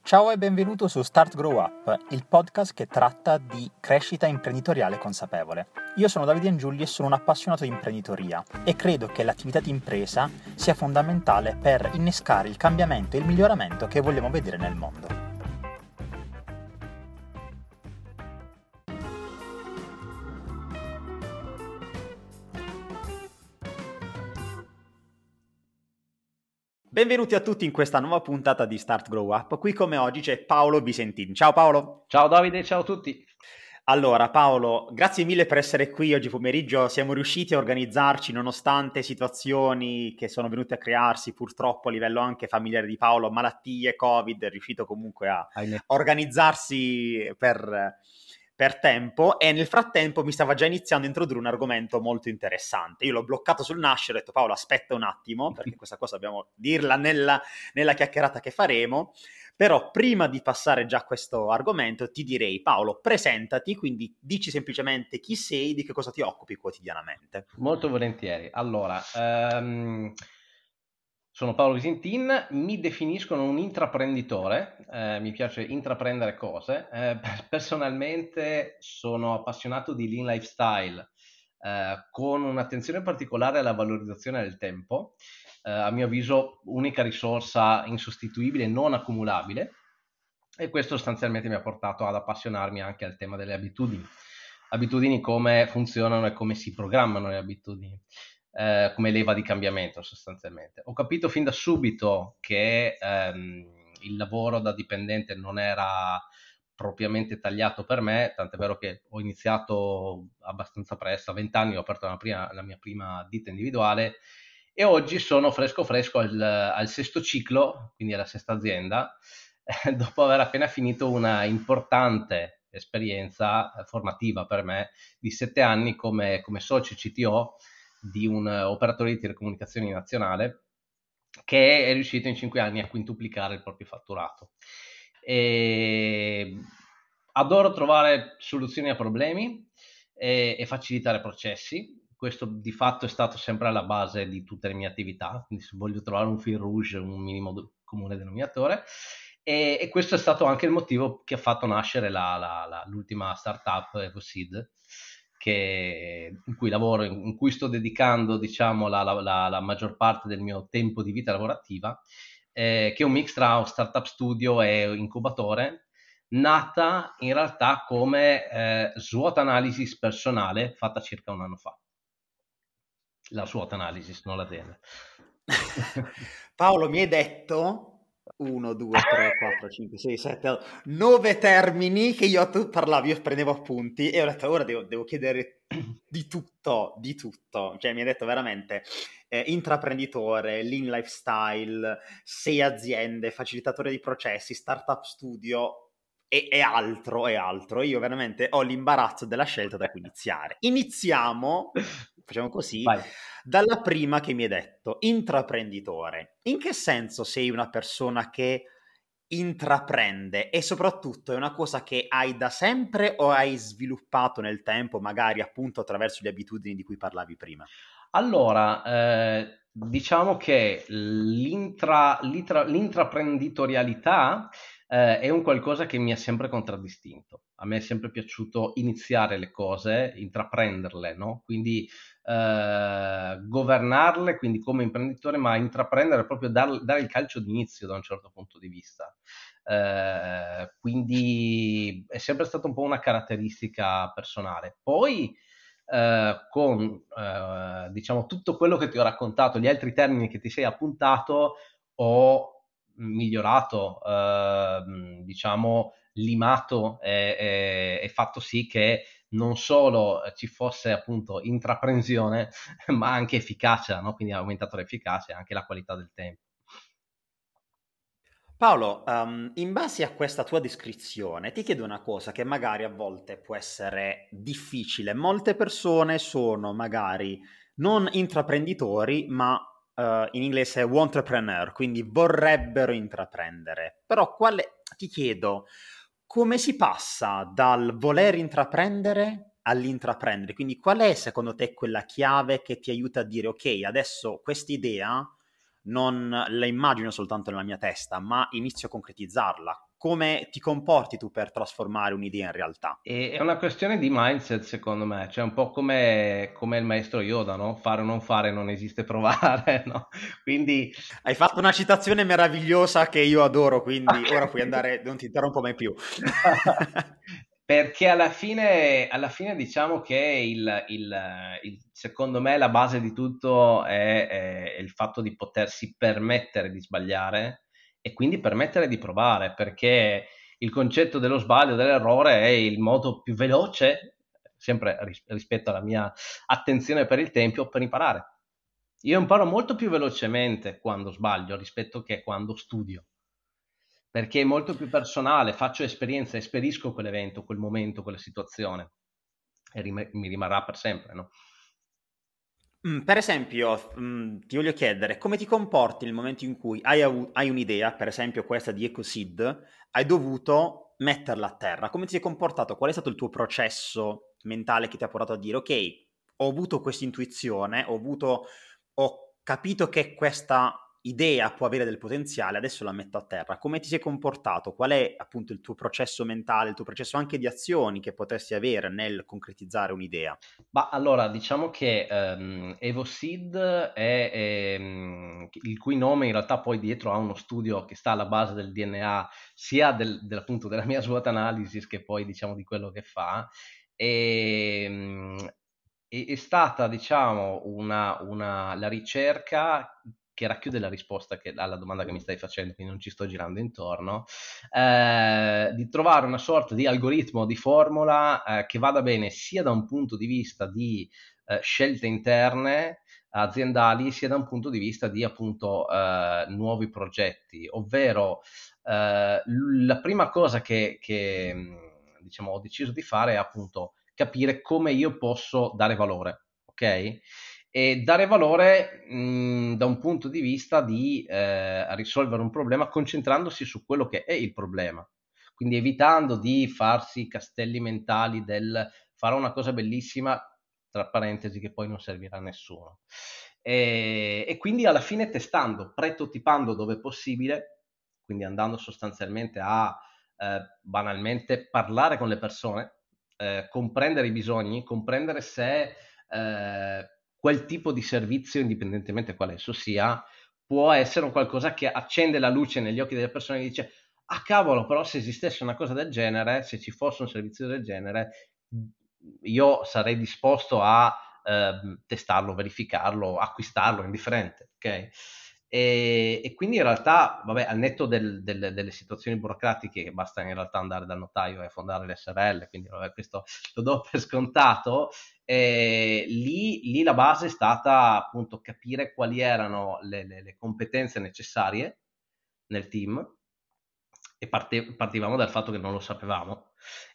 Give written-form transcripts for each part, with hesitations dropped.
Ciao e benvenuto su Start Grow Up, il podcast che tratta di crescita imprenditoriale consapevole. Io sono Davide Angiulli e sono un appassionato di imprenditoria e credo che l'attività di impresa sia fondamentale per innescare il cambiamento e il miglioramento che vogliamo vedere nel mondo. Benvenuti a tutti in questa nuova puntata di Start Grow Up. Qui come oggi c'è Paolo Visentin. Ciao Paolo. Ciao Davide, ciao a tutti. Allora Paolo, grazie mille per essere qui oggi pomeriggio. Siamo riusciti a organizzarci nonostante situazioni che sono venute a crearsi purtroppo a livello anche familiare di Paolo, malattie, Covid, è riuscito comunque a organizzarsi per tempo e nel frattempo mi stava già iniziando a introdurre un argomento molto interessante. Io l'ho bloccato sul nascere, ho detto Paolo aspetta un attimo perché questa cosa dobbiamo dirla nella chiacchierata che faremo, però prima di passare già a questo argomento ti direi Paolo presentati, quindi dici semplicemente chi sei, di che cosa ti occupi quotidianamente. Molto volentieri. Allora, sono Paolo Visentin, mi definiscono un intraprenditore, mi piace intraprendere cose. Personalmente sono appassionato di lean lifestyle, con un'attenzione particolare alla valorizzazione del tempo, a mio avviso unica risorsa insostituibile e non accumulabile, e questo sostanzialmente mi ha portato ad appassionarmi anche al tema delle abitudini, come funzionano e come si programmano le abitudini. Come leva di cambiamento sostanzialmente. Ho capito fin da subito che il lavoro da dipendente non era propriamente tagliato per me, tant'è vero che ho iniziato abbastanza presto, a 20 anni ho aperto la mia prima ditta individuale e oggi sono fresco al sesto ciclo, quindi alla sesta azienda, dopo aver appena finito una importante esperienza formativa per me di 7 anni come socio CTO di un operatore di telecomunicazioni nazionale che è riuscito in 5 anni a quintuplicare il proprio fatturato. Adoro trovare soluzioni a problemi e facilitare processi. Questo di fatto è stato sempre alla base di tutte le mie attività, quindi se voglio trovare un fil rouge, un minimo comune denominatore. E questo è stato anche il motivo che ha fatto nascere l'ultima startup EvoSeed, in cui lavoro, in cui sto dedicando, diciamo, la maggior parte del mio tempo di vita lavorativa, che è un mix tra startup studio e incubatore, nata in realtà come SWOT analysis personale fatta circa un anno fa. La SWOT analysis, non l'azienda. Paolo, mi hai detto 1, 2, 3, 4, 5, 6, 7, 9 termini che io tu parlavi, io prendevo appunti e ho detto ora devo chiedere di tutto, cioè mi hai detto veramente intraprenditore, lean lifestyle, 6 aziende, facilitatore di processi, startup studio e altro. Io veramente ho l'imbarazzo della scelta da cui iniziare. Iniziamo, facciamo così. Vai. Dalla prima che mi hai detto, intraprenditore, in che senso sei una persona che intraprende e soprattutto è una cosa che hai da sempre o hai sviluppato nel tempo, magari appunto attraverso le abitudini di cui parlavi prima? Allora, diciamo che l'intraprenditorialità è un qualcosa che mi ha sempre contraddistinto. A me è sempre piaciuto iniziare le cose, intraprenderle, no? Quindi governarle, quindi come imprenditore, ma intraprendere proprio dare il calcio d'inizio da un certo punto di vista. Quindi è sempre stata un po' una caratteristica personale. Poi con diciamo tutto quello che ti ho raccontato, gli altri termini che ti sei appuntato, ho migliorato, diciamo limato e fatto sì che non solo ci fosse appunto intraprensione ma anche efficacia, no? Quindi ha aumentato l'efficacia e anche la qualità del tempo. Paolo, in base a questa tua descrizione, ti chiedo una cosa che magari a volte può essere difficile. Molte persone sono magari non intraprenditori, ma in inglese entrepreneur, quindi vorrebbero intraprendere. Però ti chiedo, come si passa dal voler intraprendere all'intraprendere? Quindi qual è secondo te quella chiave che ti aiuta a dire ok, adesso quest'idea non la immagino soltanto nella mia testa, ma inizio a concretizzarla. come ti comporti tu per trasformare un'idea in realtà? E è una questione di mindset, secondo me, cioè un po' come il maestro Yoda, no? Fare o non fare non esiste provare, no? Quindi Hai fatto una citazione meravigliosa che io adoro, quindi ora puoi andare, non ti interrompo mai più. perché alla fine diciamo che secondo me la base di tutto è il fatto di potersi permettere di sbagliare e quindi permettere di provare, perché il concetto dello sbaglio, dell'errore è il modo più veloce, sempre rispetto alla mia attenzione per il tempo, per imparare. Io imparo molto più velocemente quando sbaglio rispetto che quando studio, perché è molto più personale, faccio esperienza, esperisco quell'evento, quel momento, quella situazione e mi rimarrà per sempre, no? Per esempio, ti voglio chiedere come ti comporti nel momento in cui hai un'idea, per esempio questa di EcoSeed, hai dovuto metterla a terra. Come ti sei comportato? Qual è stato il tuo processo mentale che ti ha portato a dire: ok, ho avuto questa intuizione, ho capito che questa idea può avere del potenziale, adesso la metto a terra. Come ti sei comportato? Qual è appunto il tuo processo mentale, il tuo processo anche di azioni che potresti avere nel concretizzare un'idea? Ma allora, diciamo che EvoSeed il cui nome in realtà poi dietro ha uno studio che sta alla base del DNA, sia appunto della mia SWOT analysis che poi diciamo di quello che fa. E, è stata, diciamo, la ricerca che racchiude la risposta alla domanda che mi stai facendo, quindi non ci sto girando intorno, di trovare una sorta di algoritmo, di formula che vada bene sia da un punto di vista di scelte interne aziendali, sia da un punto di vista di appunto nuovi progetti, ovvero la prima cosa che diciamo ho deciso di fare è appunto capire come io posso dare valore, ok? E dare valore da un punto di vista di risolvere un problema concentrandosi su quello che è il problema, quindi evitando di farsi castelli mentali del fare una cosa bellissima, tra parentesi, che poi non servirà a nessuno. E quindi alla fine testando, prototipando dove possibile, quindi andando sostanzialmente a banalmente parlare con le persone, comprendere i bisogni, comprendere se quel tipo di servizio, indipendentemente quale esso sia, può essere un qualcosa che accende la luce negli occhi delle persone e dice: ah cavolo, però se esistesse una cosa del genere, se ci fosse un servizio del genere, io sarei disposto a testarlo, verificarlo, acquistarlo, indifferente, ok? E quindi in realtà, vabbè, al netto delle situazioni burocratiche, che basta in realtà andare dal notaio e fondare l'SRL, quindi vabbè, questo lo do per scontato, lì la base è stata appunto capire quali erano le competenze necessarie nel team e partivamo dal fatto che non lo sapevamo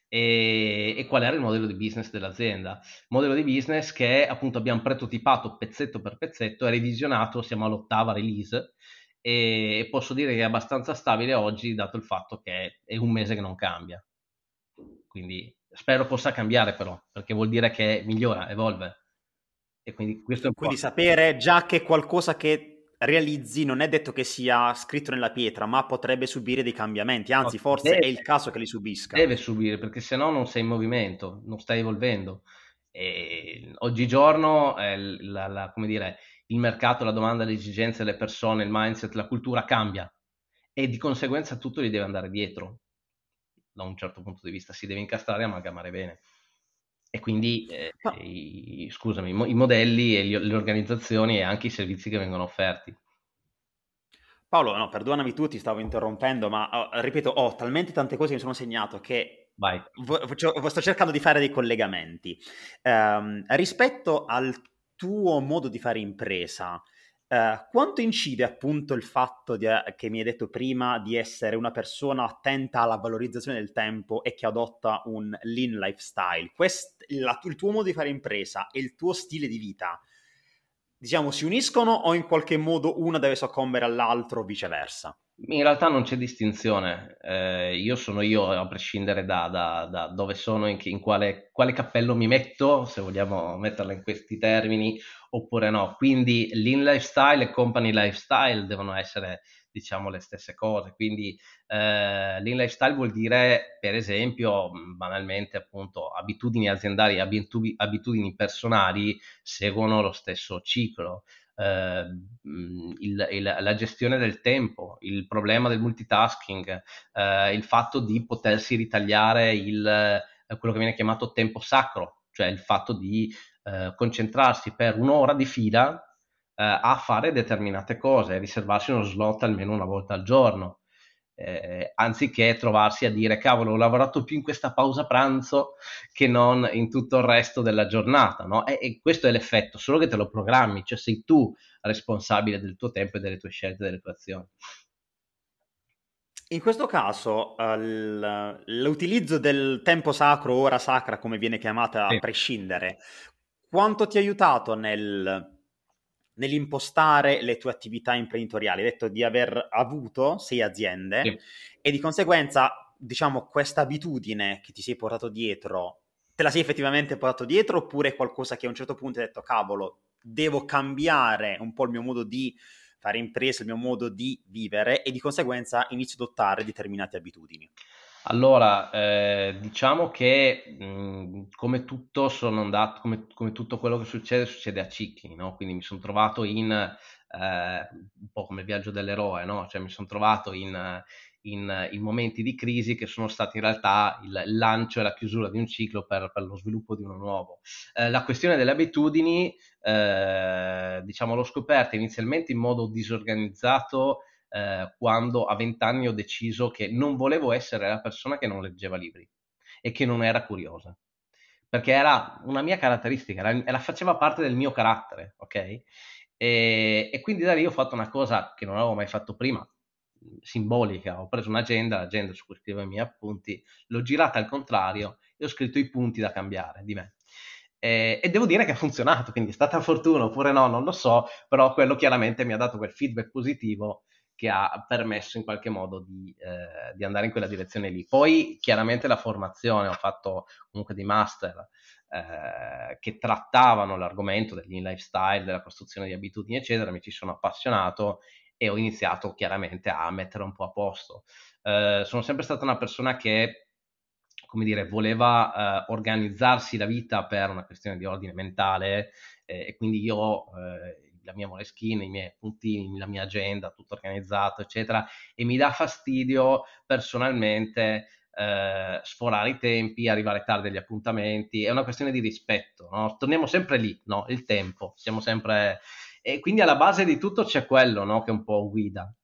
e qual era il modello di business dell'azienda. Modello di business che appunto abbiamo prototipato pezzetto per pezzetto e revisionato, siamo all'8ª release e posso dire che è abbastanza stabile oggi dato il fatto che è un mese che non cambia. Quindi spero possa cambiare però, perché vuol dire che migliora, evolve. E quindi questo è un po'. Quindi sapere già che qualcosa che realizzi non è detto che sia scritto nella pietra, ma potrebbe subire dei cambiamenti, No, anzi forse è il caso che li subisca. deve subire, perché se no non sei in movimento, non stai evolvendo. E oggigiorno come dire, il mercato, la domanda, le esigenze, le persone, il mindset, la cultura cambia e di conseguenza tutto gli deve andare dietro. Da un certo punto di vista si deve incastrare e amalgamare bene. E quindi, Ma scusami, i modelli e le organizzazioni e anche i servizi che vengono offerti. Paolo, no, perdonami tu, ti stavo interrompendo, ma ripeto, ho talmente tante cose che mi sono segnato che Vai. sto cercando di fare dei collegamenti. Rispetto al tuo modo di fare impresa, quanto incide appunto il fatto che mi hai detto prima di essere una persona attenta alla valorizzazione del tempo e che adotta un lean lifestyle? Il tuo modo di fare impresa e il tuo stile di vita, diciamo, si uniscono o in qualche modo una deve soccombere all'altro o viceversa? In realtà non c'è distinzione, io sono io a prescindere da dove sono, in quale cappello mi metto, se vogliamo metterla in questi termini, oppure no. Quindi lean lifestyle e company lifestyle devono essere diciamo le stesse cose. Quindi lean lifestyle vuol dire, per esempio, banalmente appunto abitudini aziendali, abitudini personali seguono lo stesso ciclo. La gestione del tempo, il problema del multitasking, il fatto di potersi ritagliare quello che viene chiamato tempo sacro, cioè il fatto di concentrarsi per un'ora di fila a fare determinate cose, riservarsi uno slot almeno una volta al giorno. Anziché trovarsi a dire cavolo, ho lavorato più in questa pausa pranzo che non in tutto il resto della giornata, no? E questo è l'effetto, solo che te lo programmi, cioè sei tu responsabile del tuo tempo e delle tue scelte, delle tue azioni. In questo caso, l'utilizzo del tempo sacro, ora sacra, come viene chiamata a Sì. prescindere, quanto ti ha aiutato nell'impostare le tue attività imprenditoriali? Hai detto di aver avuto 6 aziende Sì. e di conseguenza, diciamo, questa abitudine che ti sei portato dietro, te la sei effettivamente portato dietro oppure è qualcosa che a un certo punto hai detto, cavolo, devo cambiare un po' il mio modo di fare impresa, il mio modo di vivere e di conseguenza inizio ad adottare determinate abitudini? Allora, diciamo che come tutto sono andato, come tutto quello che succede a cicli, no? Quindi mi sono trovato un po' come il viaggio dell'eroe, no? Cioè mi sono trovato in momenti di crisi che sono stati in realtà il lancio e la chiusura di un ciclo per lo sviluppo di uno nuovo. La questione delle abitudini, diciamo, l'ho scoperta inizialmente in modo disorganizzato quando a 20 anni ho deciso che non volevo essere la persona che non leggeva libri e che non era curiosa, perché era una mia caratteristica, faceva parte del mio carattere, ok? E quindi da lì ho fatto una cosa che non avevo mai fatto prima, simbolica. Ho preso l'agenda su cui scrivo i miei appunti, l'ho girata al contrario e ho scritto i punti da cambiare di me. E devo dire che ha funzionato, quindi è stata fortuna oppure no, non lo so, però quello chiaramente mi ha dato quel feedback positivo che ha permesso in qualche modo di andare in quella direzione lì. Poi chiaramente la formazione, ho fatto comunque dei master che trattavano l'argomento del lean lifestyle, della costruzione di abitudini, eccetera, mi ci sono appassionato e ho iniziato chiaramente a mettere un po' a posto. Sono sempre stata una persona che, come dire, voleva organizzarsi la vita per una questione di ordine mentale e quindi io la mia Moleskine, i miei puntini, la mia agenda, tutto organizzato, eccetera, e mi dà fastidio personalmente sforare i tempi, arrivare tardi agli appuntamenti, è una questione di rispetto, no? Torniamo sempre lì, no? Il tempo, siamo sempre... E quindi alla base di tutto c'è quello, no? Che un po' guida.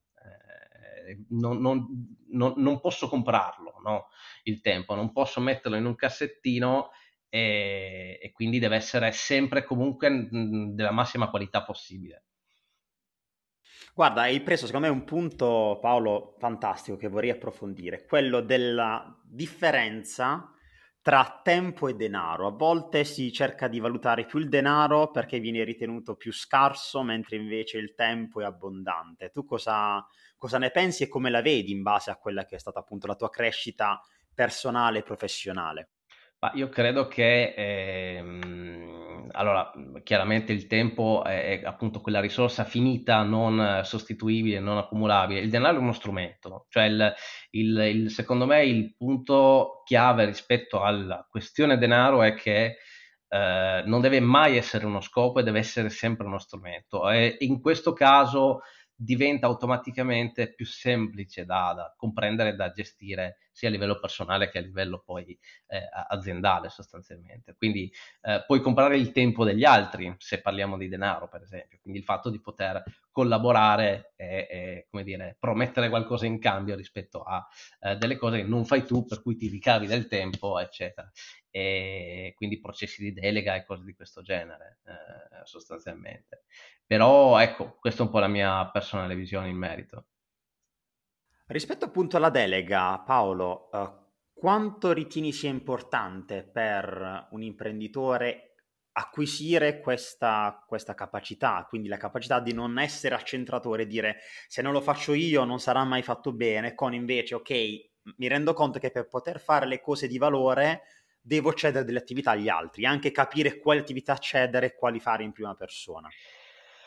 Non posso comprarlo, no? Il tempo, non posso metterlo in un cassettino e quindi deve essere sempre comunque della massima qualità possibile. Guarda, hai preso secondo me un punto, Paolo, fantastico che vorrei approfondire, quello della differenza tra tempo e denaro. A volte si cerca di valutare più il denaro perché viene ritenuto più scarso, mentre invece il tempo è abbondante. Tu cosa ne pensi e come la vedi in base a quella che è stata appunto la tua crescita personale e professionale? Ma io credo che, allora, chiaramente il tempo è appunto quella risorsa finita, non sostituibile, non accumulabile. Il denaro è uno strumento, cioè secondo me il punto chiave rispetto alla questione denaro è che non deve mai essere uno scopo e deve essere sempre uno strumento. E in questo caso diventa automaticamente più semplice da comprendere e da gestire sia a livello personale che a livello poi aziendale sostanzialmente. Quindi puoi comprare il tempo degli altri se parliamo di denaro, per esempio. Quindi il fatto di poter collaborare e come dire, promettere qualcosa in cambio rispetto a delle cose che non fai tu, per cui ti ricavi del tempo, eccetera. E quindi processi di delega e cose di questo genere, sostanzialmente. Però ecco, questa è un po' la mia personale visione in merito. Rispetto appunto alla delega, Paolo, quanto ritieni sia importante per un imprenditore acquisire questa capacità, quindi la capacità di non essere accentratore e dire se non lo faccio io non sarà mai fatto bene, con invece, ok, mi rendo conto che per poter fare le cose di valore devo cedere delle attività agli altri, anche capire quali attività cedere e quali fare in prima persona.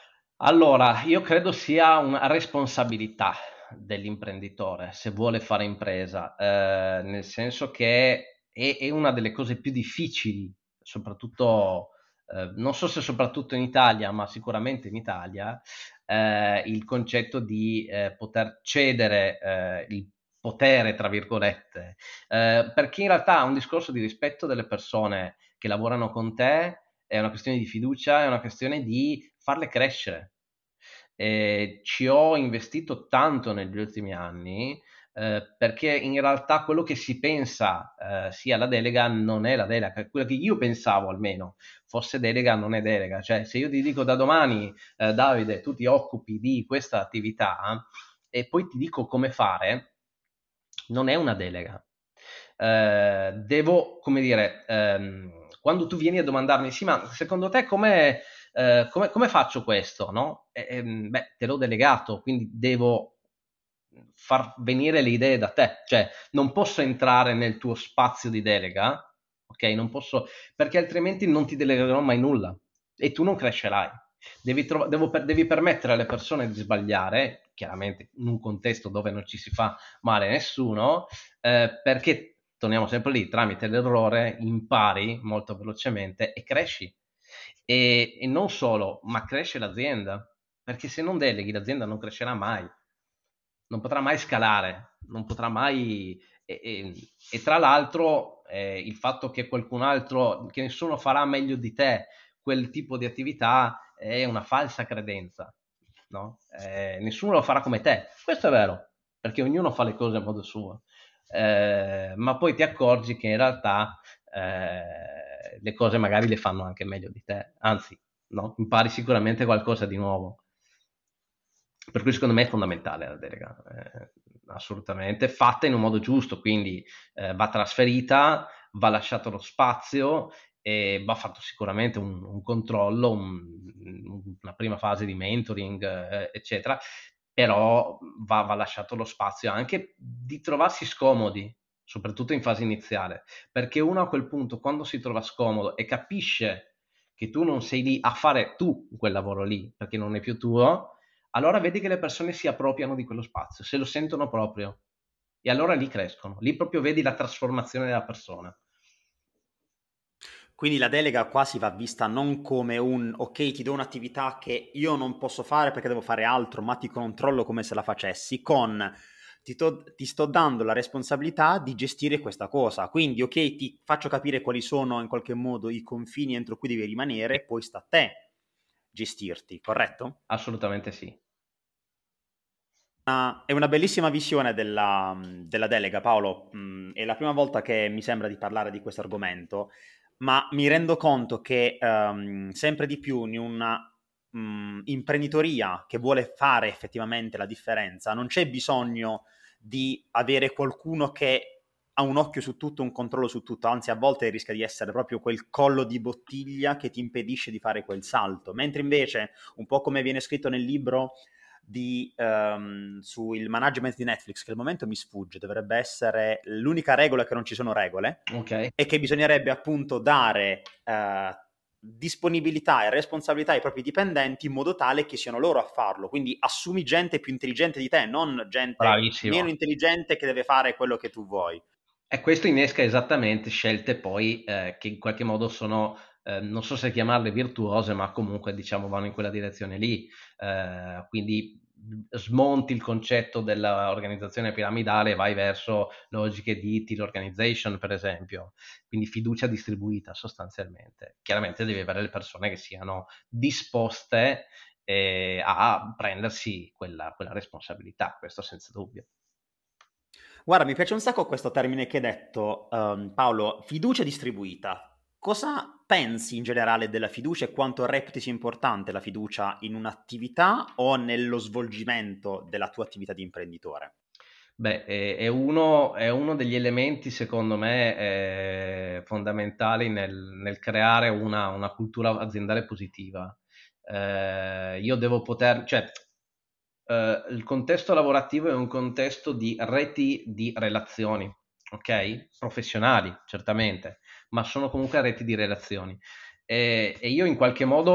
Allora, io credo sia una responsabilità dell'imprenditore se vuole fare impresa, nel senso che è una delle cose più difficili, soprattutto, non so se soprattutto in Italia, ma sicuramente in Italia, il concetto di poter cedere il potere, tra virgolette, perché in realtà è un discorso di rispetto delle persone che lavorano con te, è una questione di fiducia, è una questione di farle crescere. Ci ho investito tanto negli ultimi anni, perché in realtà quello che si pensa sia la delega non è la delega, quello che io pensavo almeno fosse delega non è delega, cioè se io ti dico da domani Davide tu ti occupi di questa attività e poi ti dico come fare, non è una delega. Devo, come dire, quando tu vieni a domandarmi, sì, ma secondo te come faccio questo? No? Beh, te l'ho delegato, quindi devo far venire le idee da te, cioè non posso entrare nel tuo spazio di delega, ok? Non posso, perché altrimenti non ti delegherò mai nulla e tu non crescerai. Devi permettere alle persone di sbagliare, chiaramente in un contesto dove non ci si fa male a nessuno, perché torniamo sempre lì, tramite l'errore impari molto velocemente e cresci. E non solo, ma cresce l'azienda, perché se non deleghi l'azienda non crescerà mai, non potrà mai scalare, non potrà mai... E tra l'altro il fatto che qualcun altro, che nessuno farà meglio di te quel tipo di attività è una falsa credenza, no? Nessuno lo farà come te, questo è vero, perché ognuno fa le cose a modo suo, ma poi ti accorgi che in realtà le cose magari le fanno anche meglio di te, anzi, no? Impari sicuramente qualcosa di nuovo. Per cui secondo me è fondamentale la delega, assolutamente, fatta in un modo giusto, quindi va trasferita, va lasciato lo spazio e va fatto sicuramente un controllo, una prima fase di mentoring, eccetera, però va lasciato lo spazio anche di trovarsi scomodi, soprattutto in fase iniziale, perché uno a quel punto, quando si trova scomodo e capisce che tu non sei lì a fare tu quel lavoro lì, perché non è più tuo, allora vedi che le persone si appropriano di quello spazio, se lo sentono proprio. E allora lì crescono, lì proprio vedi la trasformazione della persona. Quindi la delega quasi va vista non come un ok, ti do un'attività che io non posso fare perché devo fare altro, ma ti controllo come se la facessi, con ti sto dando la responsabilità di gestire questa cosa. Quindi, ok, ti faccio capire quali sono in qualche modo i confini entro cui devi rimanere, poi sta a te gestirti, corretto? Assolutamente sì. È una bellissima visione della delega, Paolo. È la prima volta che mi sembra di parlare di questo argomento, ma mi rendo conto che sempre di più in una imprenditoria che vuole fare effettivamente la differenza, non c'è bisogno di avere qualcuno che ha un occhio su tutto, un controllo su tutto, anzi a volte rischia di essere proprio quel collo di bottiglia che ti impedisce di fare quel salto, mentre invece, un po' come viene scritto nel libro sul management di Netflix, che al momento mi sfugge, dovrebbe essere l'unica regola è che non ci sono regole, Ok. e che bisognerebbe appunto dare disponibilità e responsabilità ai propri dipendenti in modo tale che siano loro a farlo. Quindi assumi gente più intelligente di te, non gente meno Bravissimo. intelligente che deve fare quello che tu vuoi. E questo innesca esattamente scelte poi che in qualche modo sono, non so se chiamarle virtuose, ma comunque diciamo vanno in quella direzione lì. Quindi smonti il concetto dell'organizzazione piramidale e vai verso logiche di team organization, per esempio. Quindi fiducia distribuita sostanzialmente. Chiaramente devi avere le persone che siano disposte a prendersi quella responsabilità, questo senza dubbio. Guarda, mi piace un sacco questo termine che hai detto, Paolo, fiducia distribuita. Cosa pensi in generale della fiducia e quanto reputi sia importante la fiducia in un'attività o nello svolgimento della tua attività di imprenditore? Beh, è uno degli elementi, secondo me, fondamentali nel creare una cultura aziendale positiva. Io devo poter, cioè, il contesto lavorativo è un contesto di reti di relazioni, ok? Professionali, certamente, ma sono comunque reti di relazioni. E io in qualche modo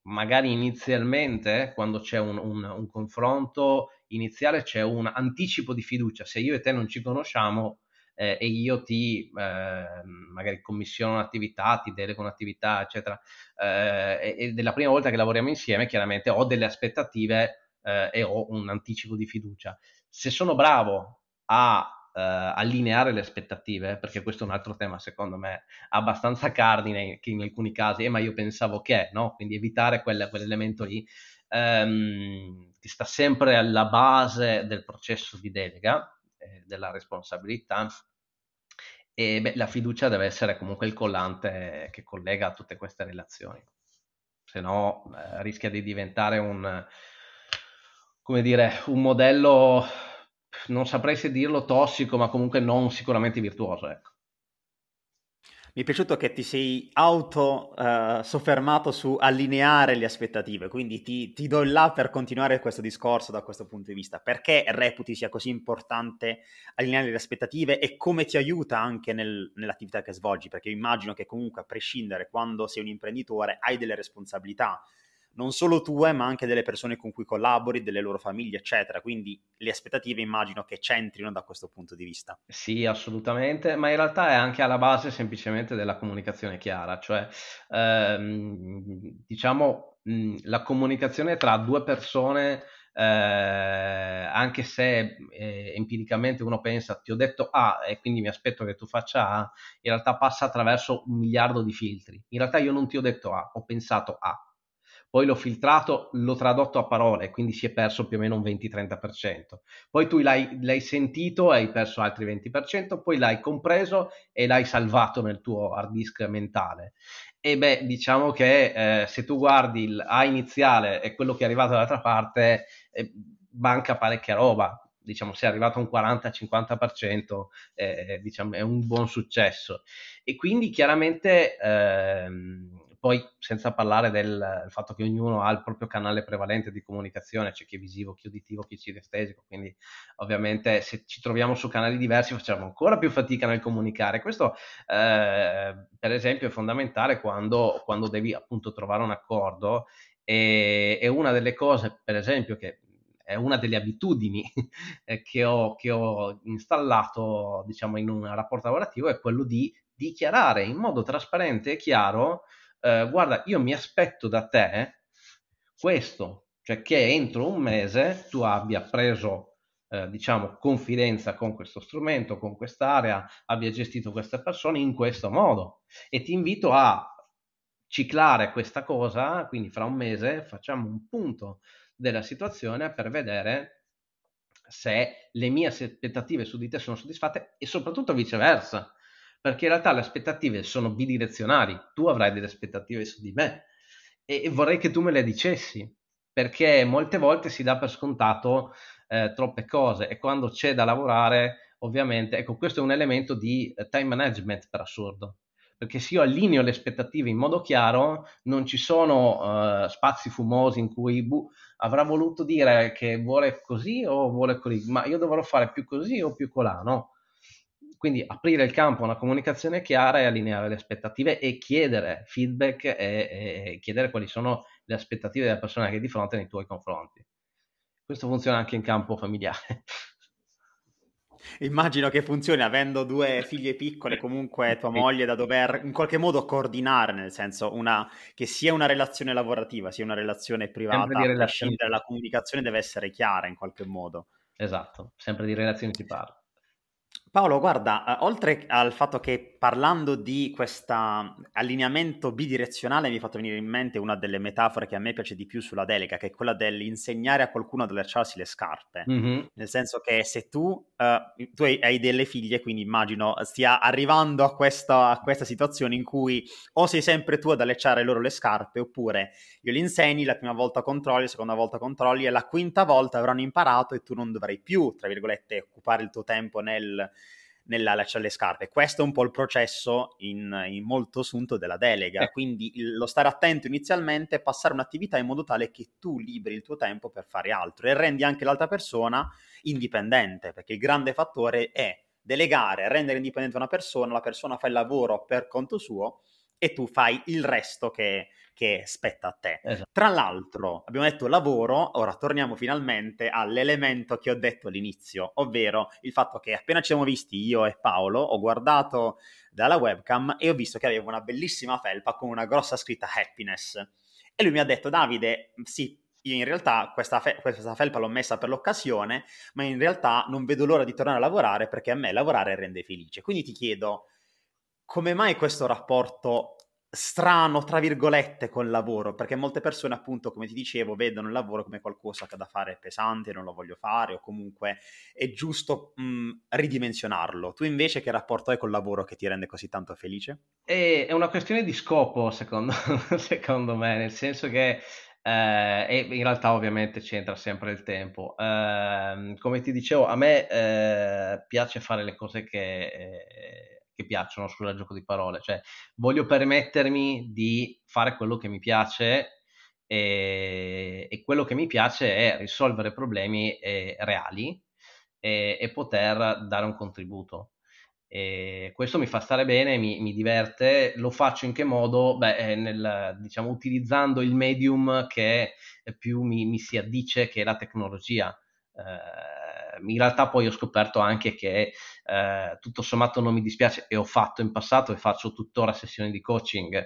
magari inizialmente, quando c'è un confronto iniziale, c'è un anticipo di fiducia. Se io e te non ci conosciamo e io ti magari commissiono un'attività, ti delego un'attività, eccetera, ed è la prima volta che lavoriamo insieme, chiaramente ho delle aspettative e ho un anticipo di fiducia. Se sono bravo a allineare le aspettative, perché questo è un altro tema secondo me abbastanza cardine che in alcuni casi, ma io pensavo che, no? Quindi evitare quell'elemento lì, che sta sempre alla base del processo di delega, della responsabilità, e beh, la fiducia deve essere comunque il collante che collega tutte queste relazioni, se no rischia di diventare come dire, un modello, non saprei se dirlo tossico, ma comunque non sicuramente virtuoso, ecco. Mi è piaciuto che ti sei auto soffermato su allineare le aspettative, quindi ti do il là per continuare questo discorso da questo punto di vista. Perché reputi sia così importante allineare le aspettative e come ti aiuta anche nell'attività che svolgi? Perché immagino che comunque a prescindere, quando sei un imprenditore, hai delle responsabilità, non solo tue, ma anche delle persone con cui collabori, delle loro famiglie, eccetera. Quindi le aspettative immagino che c'entrino da questo punto di vista. Sì, assolutamente, ma in realtà è anche alla base semplicemente della comunicazione chiara, cioè diciamo la comunicazione tra due persone, anche se empiricamente uno pensa ti ho detto A e quindi mi aspetto che tu faccia A, in realtà passa attraverso un miliardo di filtri. In realtà io non ti ho detto A, ho pensato A. Poi l'ho filtrato, l'ho tradotto a parole, quindi si è perso più o meno un 20-30%. Poi tu l'hai sentito e hai perso altri 20%, poi l'hai compreso e l'hai salvato nel tuo hard disk mentale. E beh, diciamo che se tu guardi il A iniziale e quello che è arrivato dall'altra parte, manca parecchia roba. Diciamo, se è arrivato a un 40-50%, diciamo, è un buon successo. E quindi chiaramente poi senza parlare del fatto che ognuno ha il proprio canale prevalente di comunicazione, c'è chi è visivo, chi è uditivo, chi è cinestesico, quindi ovviamente se ci troviamo su canali diversi facciamo ancora più fatica nel comunicare. Questo per esempio è fondamentale quando devi appunto trovare un accordo e una delle cose per esempio che è una delle abitudini che ho installato diciamo in un rapporto lavorativo è quello di dichiarare in modo trasparente e chiaro guarda, io mi aspetto da te questo, cioè che entro un mese tu abbia preso, diciamo, confidenza con questo strumento, con quest'area, abbia gestito queste persone in questo modo. E ti invito a ciclare questa cosa, quindi fra un mese facciamo un punto della situazione per vedere se le mie aspettative su di te sono soddisfatte e soprattutto viceversa, perché in realtà le aspettative sono bidirezionali, tu avrai delle aspettative su di me e vorrei che tu me le dicessi, perché molte volte si dà per scontato troppe cose e quando c'è da lavorare, ovviamente, ecco, questo è un elemento di time management per assurdo, perché se io allineo le aspettative in modo chiaro, non ci sono spazi fumosi in cui avrà voluto dire che vuole così o vuole così, ma io dovrò fare più così o più colà, no? Quindi aprire il campo a una comunicazione chiara e allineare le aspettative e chiedere feedback e chiedere quali sono le aspettative della persona che è di fronte nei tuoi confronti. Questo funziona anche in campo familiare. Immagino che funzioni avendo due figlie piccole, comunque tua moglie da dover in qualche modo coordinare, nel senso che sia una relazione lavorativa, sia una relazione Sempre privata, di a relazioni, prescindere la comunicazione deve essere chiara in qualche modo. esatto, sempre di relazioni si parla. Paolo, guarda, oltre al fatto che parlando di questo allineamento bidirezionale mi hai fatto venire in mente una delle metafore che a me piace di più sulla delega, che è quella dell'insegnare a qualcuno ad allacciarsi le scarpe. Mm-hmm. Nel senso che se tu hai delle figlie, quindi immagino stia arrivando a questa situazione in cui o sei sempre tu ad allacciare loro le scarpe, oppure io li insegni, la prima volta controlli, la seconda volta controlli e la quinta volta avranno imparato e tu non dovrai più, tra virgolette, occupare il tuo tempo nell'allacciare le scarpe. Questo è un po' il processo in molto sunto della delega, quindi lo stare attento inizialmente, passare un'attività in modo tale che tu liberi il tuo tempo per fare altro e rendi anche l'altra persona indipendente, perché il grande fattore è delegare, rendere indipendente una persona, la persona fa il lavoro per conto suo e tu fai il resto che spetta a te. Esatto. Tra l'altro, abbiamo detto lavoro, ora torniamo finalmente all'elemento che ho detto all'inizio, ovvero il fatto che appena ci siamo visti io e Paolo, ho guardato dalla webcam e ho visto che aveva una bellissima felpa con una grossa scritta happiness. E lui mi ha detto: Davide, sì, io in realtà questa felpa l'ho messa per l'occasione, ma in realtà non vedo l'ora di tornare a lavorare perché a me lavorare rende felice. Quindi ti chiedo, come mai questo rapporto strano, tra virgolette, col lavoro? Perché molte persone, appunto, come ti dicevo, vedono il lavoro come qualcosa che da fare pesante, non lo voglio fare, o comunque è giusto ridimensionarlo. Tu invece che rapporto hai col lavoro che ti rende così tanto felice? È una questione di scopo, secondo, secondo me, nel senso che e in realtà ovviamente c'entra sempre il tempo. Come ti dicevo, a me piace fare le cose che piacciono, scusa il gioco di parole, cioè voglio permettermi di fare quello che mi piace e quello che mi piace è risolvere problemi reali e poter dare un contributo. E questo mi fa stare bene, mi diverte. Lo faccio in che modo? Beh, diciamo, utilizzando il medium che più mi si addice, che è la tecnologia. In realtà poi ho scoperto anche che tutto sommato non mi dispiace, e ho fatto in passato e faccio tuttora sessioni di coaching,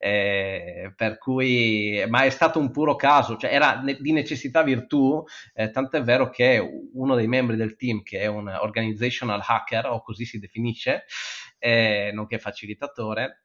per cui, ma è stato un puro caso, cioè era di necessità virtù, tant'è vero che uno dei membri del team, che è un organizational hacker, o così si definisce, nonché facilitatore,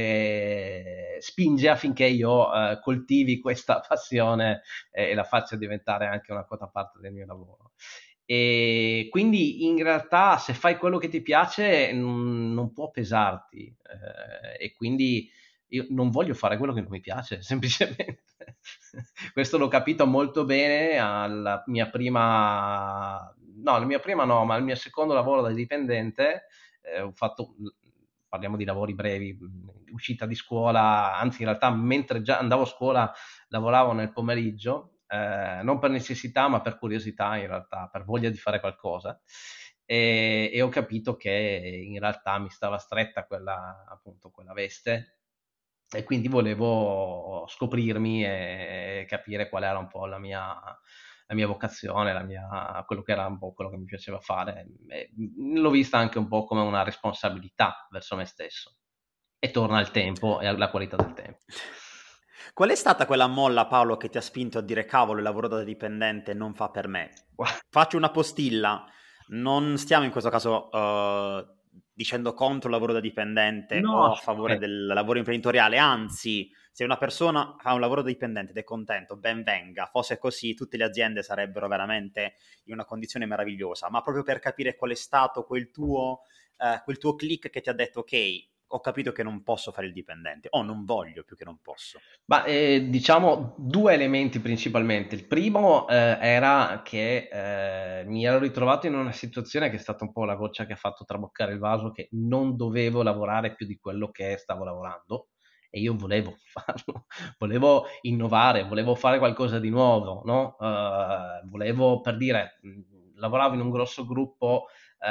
spinge affinché io coltivi questa passione e la faccia diventare anche una quota parte del mio lavoro. E quindi in realtà se fai quello che ti piace non può pesarti, e quindi io non voglio fare quello che non mi piace, semplicemente. Questo l'ho capito molto bene alla mia prima, no, la mia prima no, ma al mio secondo lavoro da dipendente. Ho fatto, parliamo di lavori brevi, uscita di scuola, anzi in realtà mentre già andavo a scuola lavoravo nel pomeriggio, non per necessità ma per curiosità, in realtà, per voglia di fare qualcosa. E ho capito che in realtà mi stava stretta quella, appunto, quella veste, e quindi volevo scoprirmi e capire qual era un po' la mia vocazione, quello che era un po' quello che mi piaceva fare. E l'ho vista anche un po' come una responsabilità verso me stesso. E torna al tempo e alla qualità del tempo. Qual è stata quella molla, Paolo, che ti ha spinto a dire cavolo, il lavoro da dipendente non fa per me? Faccio una postilla, non stiamo in questo caso dicendo contro il lavoro da dipendente No, o a favore assolutamente. del lavoro imprenditoriale, anzi, se una persona fa un lavoro da dipendente ed è contento, ben venga, fosse così tutte le aziende sarebbero veramente in una condizione meravigliosa, ma proprio per capire qual è stato quel tuo click che ti ha detto ok, ho capito che non posso fare il dipendente, o non voglio più che non posso. Ma diciamo due elementi principalmente. Il primo era che mi ero ritrovato in una situazione che è stata un po' la goccia che ha fatto traboccare il vaso, che non dovevo lavorare più di quello che stavo lavorando, e io volevo farlo, volevo innovare, volevo fare qualcosa di nuovo, no? Volevo, per dire, lavoravo in un grosso gruppo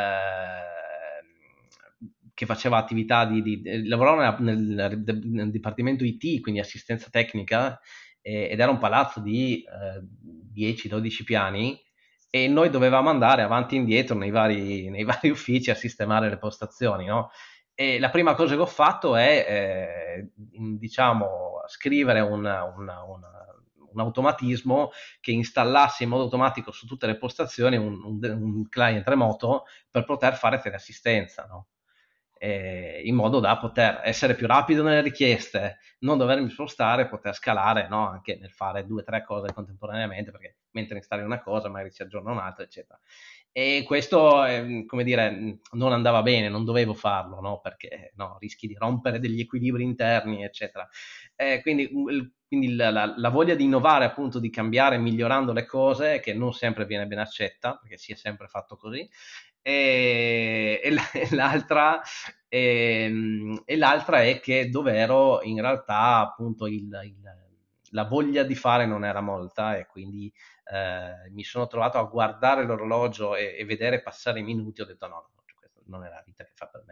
che faceva attività lavorava nel dipartimento IT, quindi assistenza tecnica, ed era un palazzo di 10-12 piani, e noi dovevamo andare avanti e indietro nei vari uffici a sistemare le postazioni, no? E la prima cosa che ho fatto è, diciamo, scrivere un automatismo che installasse in modo automatico su tutte le postazioni un client remoto per poter fare teleassistenza, no? In modo da poter essere più rapido nelle richieste, non dovermi spostare, poter scalare, no? Anche nel fare 2 o 3 cose contemporaneamente, perché mentre installi una cosa magari si aggiorna un'altra, eccetera. E questo, come dire, non andava bene, non dovevo farlo, no? Perché no, rischi di rompere degli equilibri interni, eccetera. Quindi la voglia di innovare, appunto, di cambiare, migliorando le cose, che non sempre viene ben accetta, perché si è sempre fatto così. E l'altra, e l'altra è che dov'ero in realtà, appunto, la voglia di fare non era molta, e quindi mi sono trovato a guardare l'orologio e vedere passare i minuti. Ho detto no, questa non è la vita che fa per me, no,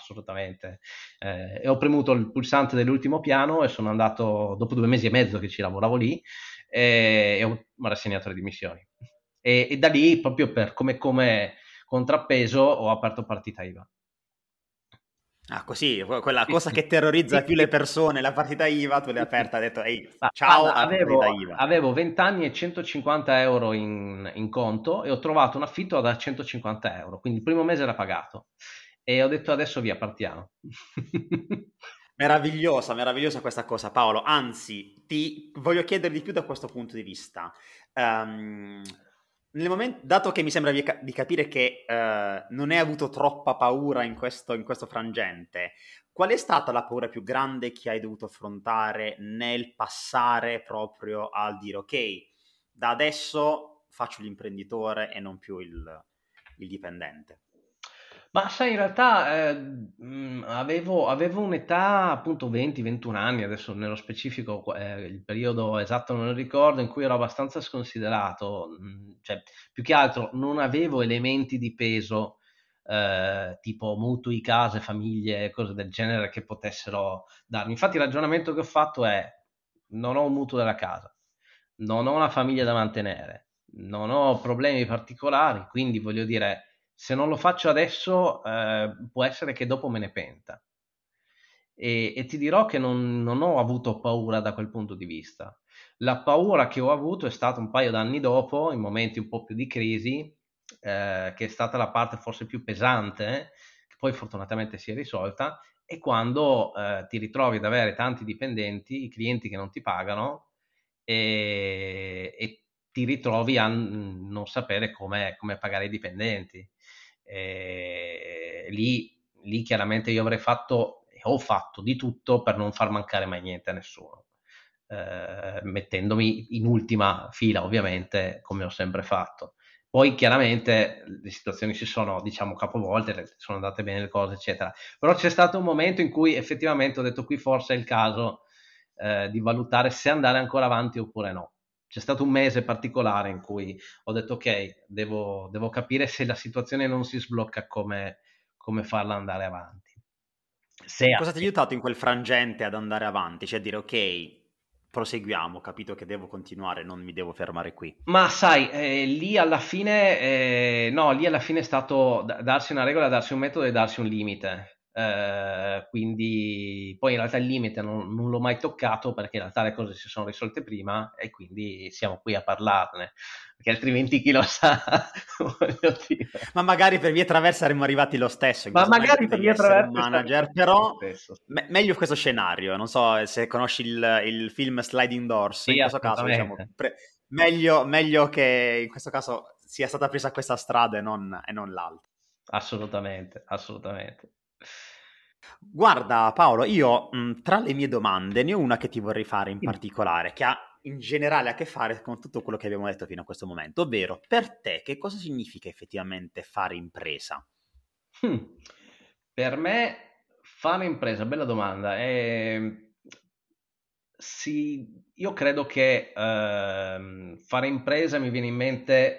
assolutamente. E ho premuto il pulsante dell'ultimo piano e sono andato, dopo 2 mesi e mezzo che ci lavoravo lì, e ho rassegnato le dimissioni. E da lì, proprio per come contrappeso, ho aperto partita IVA. Ah, così, quella Sì, cosa sì. che terrorizza Sì, più sì. le persone, la partita IVA, tu l'hai Sì, sì. aperta, hai detto, ehi, Ma ciao, guarda, apro partita IVA. avevo 20 anni e 150 euro in conto e ho trovato un affitto da 150 euro, quindi il primo mese era pagato. E ho detto adesso via, partiamo. Meravigliosa, meravigliosa questa cosa, Paolo. Anzi, ti voglio chiedere di più da questo punto di vista. Ehm, dato che mi sembra di capire che non hai avuto troppa paura in questo frangente, qual è stata la paura più grande che hai dovuto affrontare nel passare proprio al dire ok, da adesso faccio l'imprenditore e non più il dipendente? Ma sai, in realtà avevo un'età appunto 20-21 anni, adesso nello specifico il periodo esatto non lo ricordo, in cui ero abbastanza sconsiderato, cioè più che altro non avevo elementi di peso tipo mutui, case, famiglie, cose del genere che potessero darmi. Infatti il ragionamento che ho fatto è: non ho un mutuo della casa, non ho una famiglia da mantenere, non ho problemi particolari, quindi voglio dire, se non lo faccio adesso, può essere che dopo me ne penta. E ti dirò che non ho avuto paura da quel punto di vista. La paura che ho avuto è stata un paio d'anni dopo, in momenti un po' più di crisi, che è stata la parte forse più pesante, che poi fortunatamente si è risolta, è quando ti ritrovi ad avere tanti dipendenti, i clienti che non ti pagano, e ti ritrovi a non sapere come pagare i dipendenti. Lì chiaramente io avrei fatto e ho fatto di tutto per non far mancare mai niente a nessuno, mettendomi in ultima fila ovviamente, come ho sempre fatto. Poi chiaramente le situazioni si sono, diciamo, capovolte, sono andate bene le cose, eccetera. Però c'è stato un momento in cui effettivamente ho detto: qui forse è il caso di valutare se andare ancora avanti oppure no. C'è stato un mese particolare in cui ho detto: ok, devo capire se la situazione non si sblocca, come farla andare avanti. Se Cosa ti ha aiutato in quel frangente ad andare avanti? Cioè a dire ok, proseguiamo, ho capito che devo continuare, non mi devo fermare qui. Ma sai, lì alla fine, no, lì alla fine è stato darsi una regola, darsi un metodo e darsi un limite. Quindi poi in realtà il limite non l'ho mai toccato, perché in realtà le cose si sono risolte prima e quindi siamo qui a parlarne, perché altrimenti chi lo sa, voglio dire. Ma magari per vie traverse saremmo arrivati lo stesso, in Ma questo momento magari per potevi via essere un traversa saremmo manager, arrivati lo però stesso. meglio questo scenario. Non so se conosci il film Sliding Doors, Sì, in questo caso diciamo assolutamente, meglio che in questo caso sia stata presa questa strada e non l'altra. assolutamente, assolutamente. Guarda Paolo, io tra le mie domande ne ho una che ti vorrei fare in Dimmi. particolare, che ha in generale a che fare con tutto quello che abbiamo detto fino a questo momento, ovvero per te che cosa significa effettivamente fare impresa? Mh. Per me fare impresa, bella domanda. Io credo che fare impresa mi viene in mente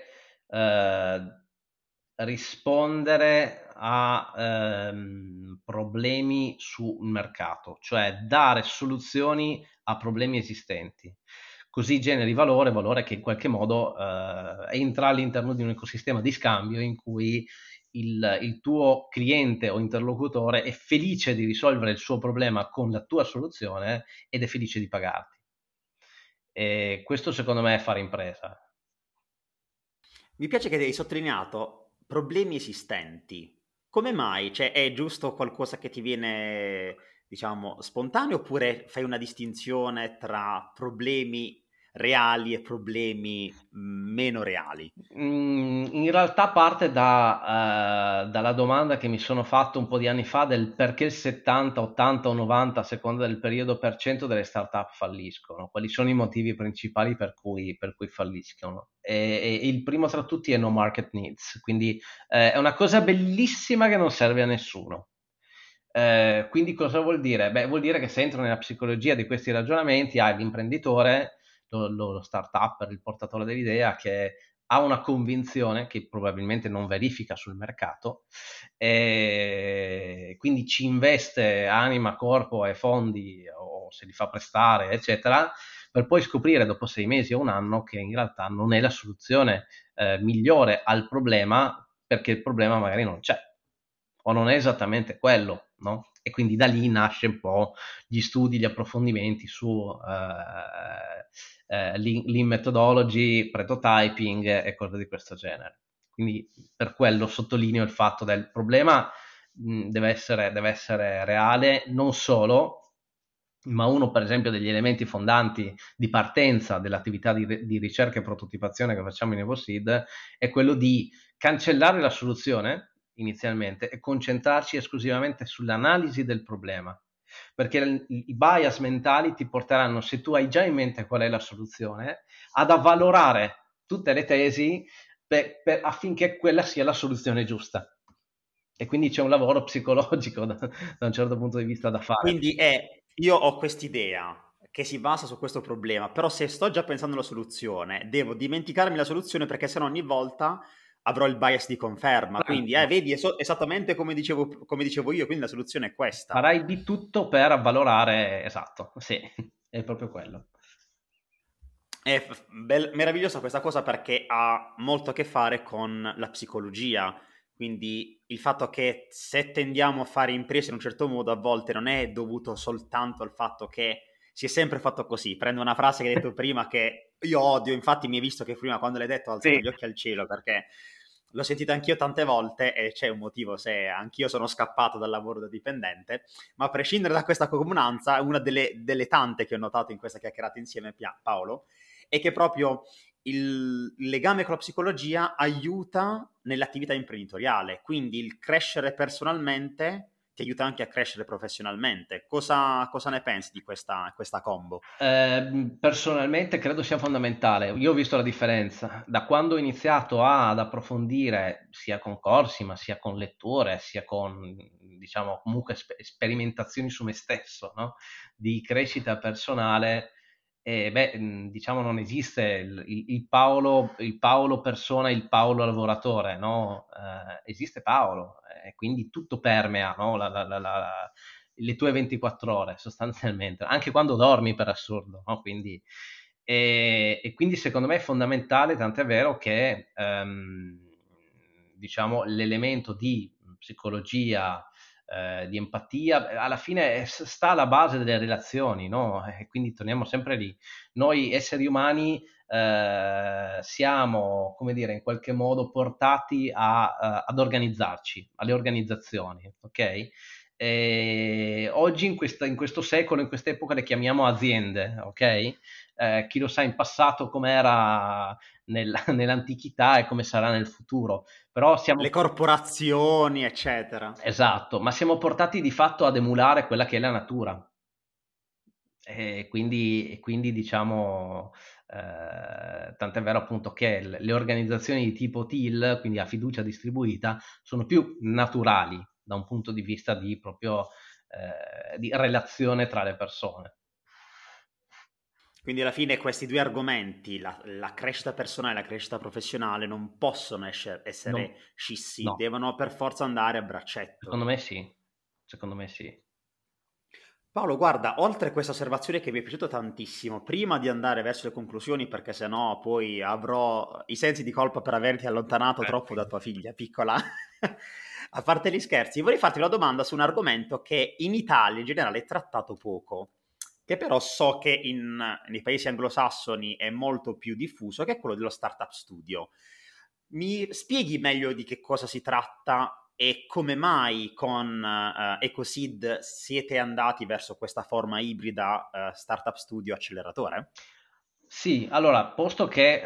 rispondere a problemi sul mercato, cioè dare soluzioni a problemi esistenti. Così generi valore, valore che in qualche modo entra all'interno di un ecosistema di scambio in cui il tuo cliente o interlocutore è felice di risolvere il suo problema con la tua soluzione ed è felice di pagarti. E questo secondo me è fare impresa. Mi piace che hai sottolineato problemi esistenti. Come mai? Cioè, è giusto qualcosa che ti viene, diciamo, spontaneo oppure fai una distinzione tra problemi reali e problemi meno reali? In realtà parte dalla domanda che mi sono fatto un po' di anni fa del perché il 70, 80 o 90, a seconda del periodo, per cento delle startup falliscono. Quali sono i motivi principali per cui falliscono? E il primo tra tutti è no market needs, quindi è una cosa bellissima che non serve a nessuno. Quindi cosa vuol dire? Beh, vuol dire che se entro nella psicologia di questi ragionamenti, hai l'imprenditore, lo start-up, il portatore dell'idea, che ha una convinzione che probabilmente non verifica sul mercato, e quindi ci investe anima, corpo e fondi o se li fa prestare, eccetera, per poi scoprire dopo 6 mesi o un anno che in realtà non è la soluzione migliore al problema, perché il problema magari non c'è o non è esattamente quello, no? E quindi da lì nasce un po' gli studi, gli approfondimenti su lean methodology, prototyping e cose di questo genere. Quindi per quello sottolineo il fatto del problema deve essere reale, non solo, ma uno per esempio degli elementi fondanti di partenza dell'attività di ricerca e prototipazione che facciamo in EvoSeed è quello di cancellare la soluzione inizialmente e concentrarci esclusivamente sull'analisi del problema, perché i bias mentali ti porteranno, se tu hai già in mente qual è la soluzione, ad avvalorare tutte le tesi affinché quella sia la soluzione giusta. E quindi c'è un lavoro psicologico da un certo punto di vista da fare. Quindi io ho quest'idea che si basa su questo problema, però se sto già pensando alla soluzione, devo dimenticarmi la soluzione perché sennò ogni volta avrò il bias di conferma. Quindi, Bravissimo. vedi, esattamente come dicevo io, quindi la soluzione è questa. Farai di tutto per avvalorare, esatto, sì, è proprio quello. È meravigliosa questa cosa perché ha molto a che fare con la psicologia, quindi il fatto che se tendiamo a fare imprese in un certo modo a volte non è dovuto soltanto al fatto che si è sempre fatto così. Prendo una frase che hai detto prima che io odio, infatti mi hai visto che prima quando l'hai detto ho alzato Sì. gli occhi al cielo perché l'ho sentita anch'io tante volte e c'è un motivo se anch'io sono scappato dal lavoro da dipendente, ma a prescindere da questa comunanza, una delle tante che ho notato in questa chiacchierata insieme, Paolo, è che proprio il legame con la psicologia aiuta nell'attività imprenditoriale, quindi il crescere personalmente ti aiuta anche a crescere professionalmente. Cosa ne pensi di questa combo? Personalmente credo sia fondamentale. Io ho visto la differenza da quando ho iniziato ad approfondire sia con corsi, ma sia con letture, sia con, diciamo, comunque sperimentazioni su me stesso, no? Di crescita personale. E diciamo, non esiste il Paolo persona, il Paolo lavoratore, no? Esiste Paolo, e quindi tutto permea, no? Le tue 24 ore sostanzialmente, anche quando dormi per assurdo, no? E quindi secondo me è fondamentale, tant'è vero che diciamo l'elemento di psicologia, di empatia, alla fine sta alla base delle relazioni, no? E quindi torniamo sempre lì. Noi esseri umani siamo, come dire, in qualche modo portati ad organizzarci, alle organizzazioni, ok? E oggi in questo secolo, in quest'epoca le chiamiamo aziende, ok? Chi lo sa in passato com'era nell'antichità e come sarà nel futuro, però Le siamo, corporazioni, eccetera. esatto, ma siamo portati di fatto ad emulare quella che è la natura. E quindi diciamo, tant'è vero appunto che le organizzazioni di tipo TIL, quindi a fiducia distribuita, sono più naturali da un punto di vista di proprio di relazione tra le persone. Quindi alla fine questi due argomenti, la crescita personale e la crescita professionale, non possono Non, essere scissi, no, devono per forza andare a secondo braccetto. me sì, secondo me sì. Paolo, guarda, oltre a questa osservazione che mi è piaciuta tantissimo, prima di andare verso le conclusioni, perché sennò poi avrò i sensi di colpa per averti allontanato troppo da Tranquillo. tua figlia piccola, a parte gli scherzi, vorrei farti una domanda su un argomento che in Italia in generale è trattato poco, che però so che nei paesi anglosassoni è molto più diffuso, che è quello dello startup studio. Mi spieghi meglio di che cosa si tratta e come mai con Ecoseed siete andati verso questa forma ibrida startup studio acceleratore? Sì, allora, posto che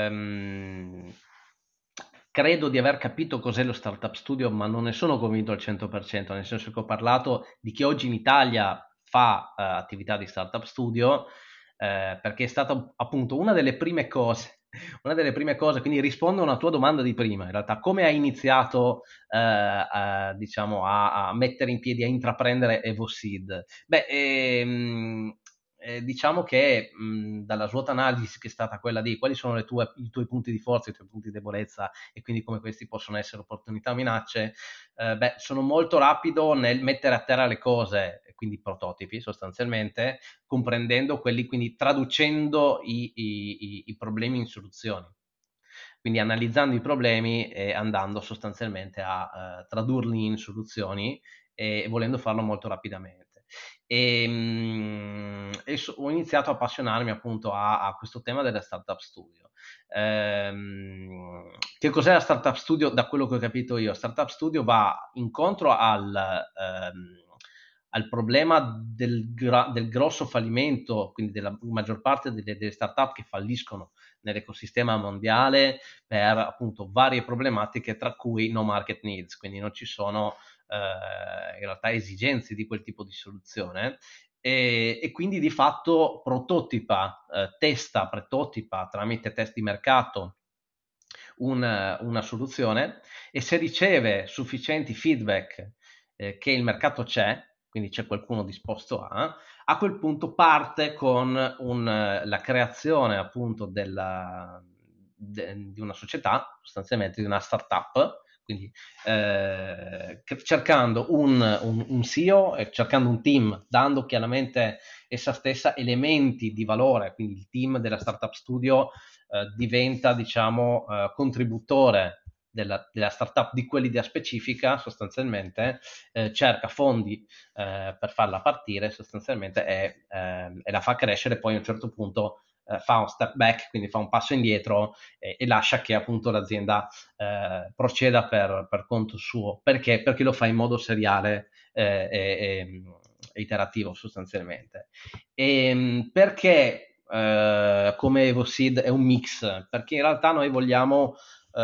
credo di aver capito cos'è lo Startup Studio, ma non ne sono convinto al 100%, nel senso che ho parlato di chi oggi in Italia fa attività di Startup Studio, perché è stata appunto una delle prime cose, quindi rispondo a una tua domanda di prima, in realtà, come hai iniziato diciamo, a mettere in piedi, a intraprendere EvoSeed? Beh, diciamo che dalla SWOT analisi, che è stata quella di quali sono i tuoi punti di forza, i tuoi punti di debolezza, e quindi come questi possono essere opportunità o minacce, sono molto rapido nel mettere a terra le cose, quindi prototipi sostanzialmente, comprendendo quelli, quindi traducendo i problemi in soluzioni. Quindi analizzando i problemi e andando sostanzialmente a tradurli in soluzioni, e volendo farlo molto rapidamente. Ho iniziato a appassionarmi appunto a questo tema delle startup studio. Che cos'è la startup studio? Da quello che ho capito io, startup studio va incontro al problema del grosso fallimento, quindi della maggior parte delle startup che falliscono nell'ecosistema mondiale per appunto varie problematiche, tra cui no market needs, quindi non ci sono in realtà esigenze di quel tipo di soluzione, e quindi di fatto prototipa tramite test di mercato una soluzione, e se riceve sufficienti feedback che il mercato c'è, quindi c'è qualcuno disposto a quel punto parte con la creazione appunto di una società, sostanzialmente di una startup, quindi cercando un CEO e cercando un team, dando chiaramente essa stessa elementi di valore, quindi il team della startup studio diventa, diciamo, contributore della startup di quell'idea specifica, sostanzialmente cerca fondi per farla partire sostanzialmente, e la fa crescere. Poi a un certo punto fa un step back, quindi fa un passo indietro, e lascia che appunto l'azienda proceda per conto suo. Perché? Perché lo fa in modo seriale e iterativo sostanzialmente. Perché come EvoSeed è un mix? Perché in realtà noi vogliamo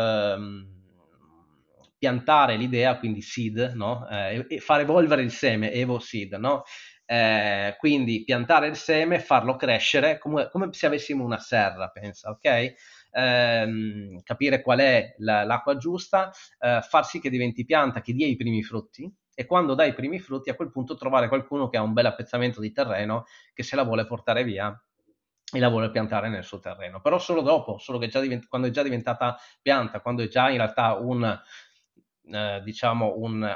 piantare l'idea, quindi seed, no? E far evolvere il seme, EvoSeed, no? Quindi piantare il seme, farlo crescere come se avessimo una serra, pensa, ok? Capire qual è l'acqua giusta, far sì che diventi pianta, che dia i primi frutti, e quando dai i primi frutti a quel punto trovare qualcuno che ha un bel appezzamento di terreno, che se la vuole portare via e la vuole piantare nel suo terreno. Però solo dopo, solo che quando è già diventata pianta, quando è già in realtà diciamo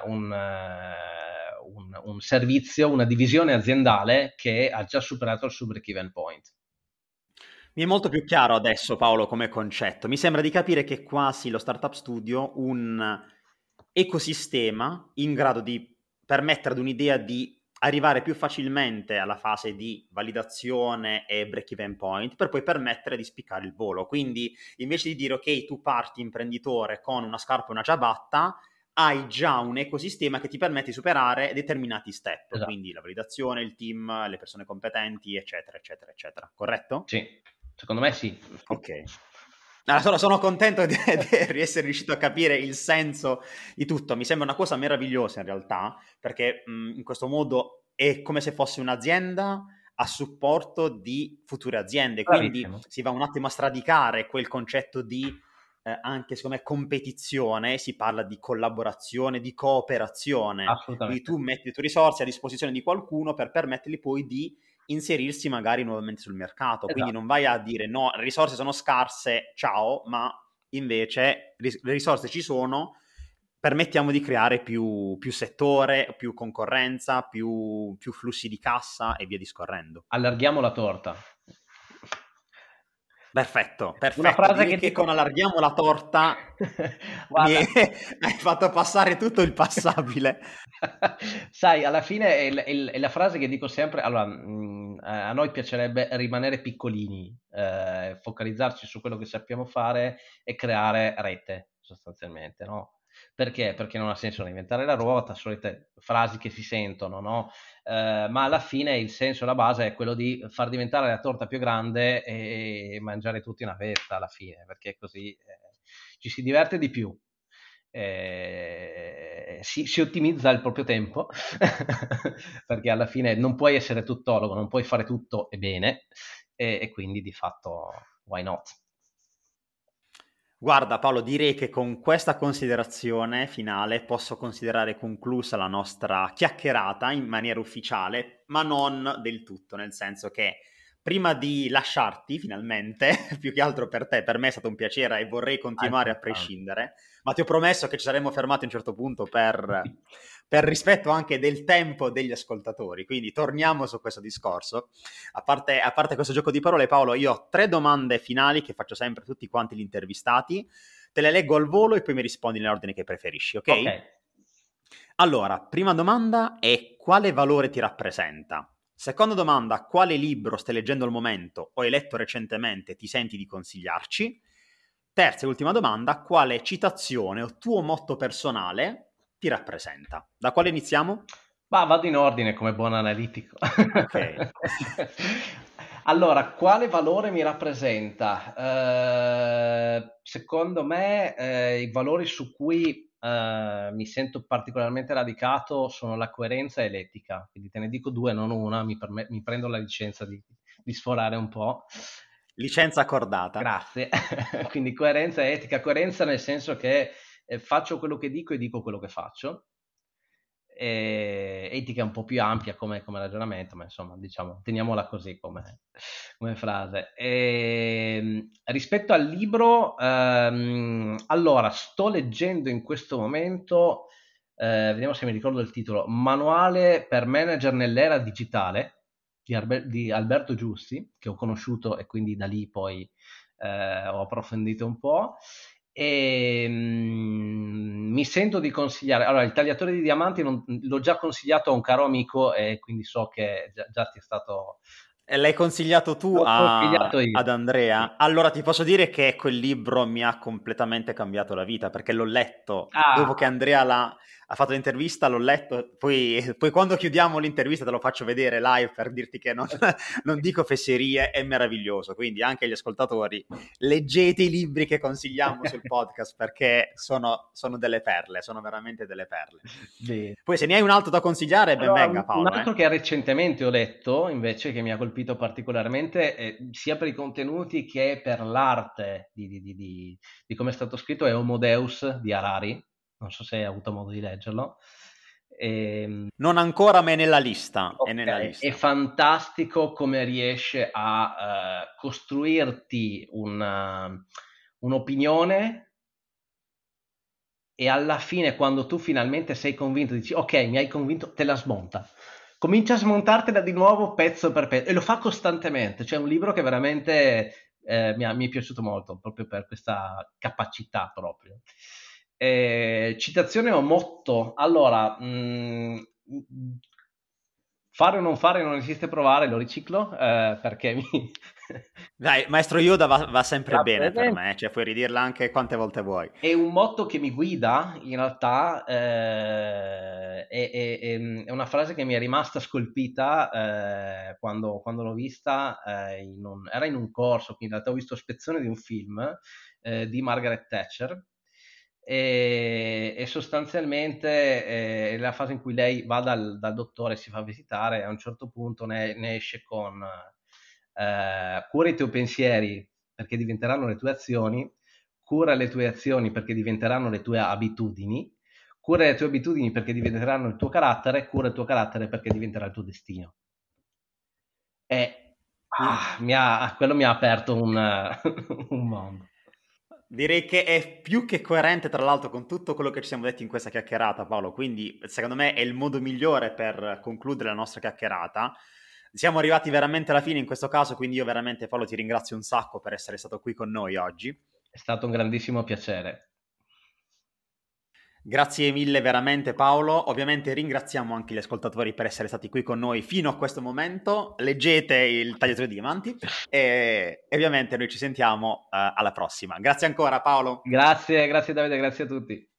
un servizio, una divisione aziendale che ha già superato il suo break-even point. Mi è molto più chiaro adesso, Paolo, come concetto. Mi sembra di capire che quasi lo Startup Studio un ecosistema in grado di permettere ad un'idea di arrivare più facilmente alla fase di validazione e break-even point, per poi permettere di spiccare il volo. Quindi, invece di dire, ok, tu parti imprenditore con una scarpa e una ciabatta, hai già un ecosistema che ti permette di superare determinati step, Esatto. quindi la validazione, il team, le persone competenti, eccetera, eccetera, eccetera. Corretto? Sì, secondo me sì. Ok. Allora, sono contento di essere riuscito a capire il senso di tutto. Mi sembra una cosa meravigliosa in realtà, perché in questo modo è come se fosse un'azienda a supporto di future aziende. Quindi Bravissimo. si va un attimo a sradicare quel concetto di anche secondo me competizione, si parla di collaborazione, di cooperazione. Quindi Assolutamente. tu metti le tue risorse a disposizione di qualcuno per permettergli poi di inserirsi magari nuovamente sul mercato. Quindi Esatto. non vai a dire no, le risorse sono scarse, ciao, ma invece le risorse ci sono, permettiamo di creare più settore, più concorrenza, più flussi di cassa e via discorrendo. Allarghiamo la torta. Perfetto, Una perfetto. frase Direi che che dico... con allarghiamo la torta Guarda, hai fatto passare tutto il passabile. sai, alla fine è la frase che dico sempre. Allora, a noi piacerebbe rimanere piccolini, focalizzarci su quello che sappiamo fare e creare rete, sostanzialmente, no? Perché? Perché non ha senso reinventare la ruota, solite frasi che si sentono, no? Ma alla fine il senso e la base è quello di far diventare la torta più grande e mangiare tutti una fetta alla fine, perché così ci si diverte di più, si ottimizza il proprio tempo, perché alla fine non puoi essere tuttologo, non puoi fare tutto e bene, e quindi di fatto why not? Guarda Paolo, direi che con questa considerazione finale posso considerare conclusa la nostra chiacchierata in maniera ufficiale, ma non del tutto, nel senso che prima di lasciarti finalmente, più che altro per te, per me è stato un piacere e vorrei continuare a Altrettanto. prescindere, ma ti ho promesso che ci saremmo fermati a un certo punto per rispetto anche del tempo degli ascoltatori, quindi torniamo su questo discorso. A parte questo gioco di parole, Paolo, io ho 3 domande finali che faccio sempre a tutti quanti gli intervistati. Te le leggo al volo e poi mi rispondi nell'ordine che preferisci, Ok. ok? Allora, prima domanda è: quale valore ti rappresenta? Seconda domanda: quale libro stai leggendo al momento o hai letto recentemente e ti senti di consigliarci? Terza e ultima domanda: quale citazione o tuo motto personale ti rappresenta? Da quale iniziamo? Ma vado in ordine come buon analitico. Ok. Allora, quale valore mi rappresenta? Secondo me, i valori su cui mi sento particolarmente radicato sono la coerenza e l'etica. Quindi te ne dico due, non una, mi prendo la licenza di sforare un po'. Licenza accordata. Grazie. Quindi coerenza e etica. Coerenza nel senso che faccio quello che dico e dico quello che faccio. Etica è un po' più ampia come ragionamento, ma insomma, diciamo, teniamola così come frase. Rispetto al libro, allora, sto leggendo in questo momento, vediamo se mi ricordo il titolo, Manuale per manager nell'era digitale di Alberto Giussi, che ho conosciuto e quindi da lì poi ho approfondito un po'. Mi sento di consigliare, allora, il tagliatore di diamanti l'ho già consigliato a un caro amico e quindi so che già ti è stato. E l'hai consigliato tu L'ho consigliato io. ad Andrea? Allora ti posso dire che quel libro mi ha completamente cambiato la vita perché l'ho letto dopo che Ah, Andrea ha fatto l'intervista, l'ho letto, poi quando chiudiamo l'intervista te lo faccio vedere live per dirti che non dico fesserie, è meraviglioso. Quindi anche gli ascoltatori, leggete i libri che consigliamo sul podcast perché sono delle perle, sono veramente delle perle. bene. Poi se ne hai un altro da consigliare, ben Allora, venga un Paolo, altro eh. che recentemente ho letto, invece, che mi ha colpito particolarmente, sia per i contenuti che per l'arte di come è stato scritto, è Homo Deus di Harari. Non so se hai avuto modo di leggerlo. Non ancora, ma è nella lista, è nella Ok, è lista. fantastico come riesce a costruirti un'opinione e alla fine, quando tu finalmente sei convinto, dici ok, mi hai convinto, te la smonta. Comincia a smontartela di nuovo pezzo per pezzo e lo fa costantemente. C'è un libro che veramente mi è piaciuto molto, proprio per questa capacità proprio. Citazione o motto? Allora, fare o non fare non esiste provare, lo riciclo perché mi. Dai, Maestro Yoda va sempre La bene per presente. me, cioè puoi ridirla anche quante volte vuoi. È un motto che mi guida, in realtà, è una frase che mi è rimasta scolpita quando l'ho vista, era in un corso, quindi in realtà ho visto spezzone di un film di Margaret Thatcher e sostanzialmente è la fase in cui lei va dal dottore, si fa visitare e a un certo punto ne esce con cura i tuoi pensieri perché diventeranno le tue azioni, cura le tue azioni perché diventeranno le tue abitudini, cura le tue abitudini perché diventeranno il tuo carattere, cura il tuo carattere perché diventerà il tuo destino. E quello mi ha aperto un mondo. Direi che è più che coerente, tra l'altro, con tutto quello che ci siamo detti in questa chiacchierata, Paolo. Quindi, secondo me, è il modo migliore per concludere la nostra chiacchierata. Siamo arrivati veramente alla fine in questo caso, quindi io veramente, Paolo, ti ringrazio un sacco per essere stato qui con noi oggi. È stato un grandissimo piacere. Grazie mille veramente Paolo, ovviamente ringraziamo anche gli ascoltatori per essere stati qui con noi fino a questo momento, leggete il tagliatore di diamanti e ovviamente noi ci sentiamo alla prossima. Grazie ancora Paolo. Grazie, grazie Davide, grazie a tutti.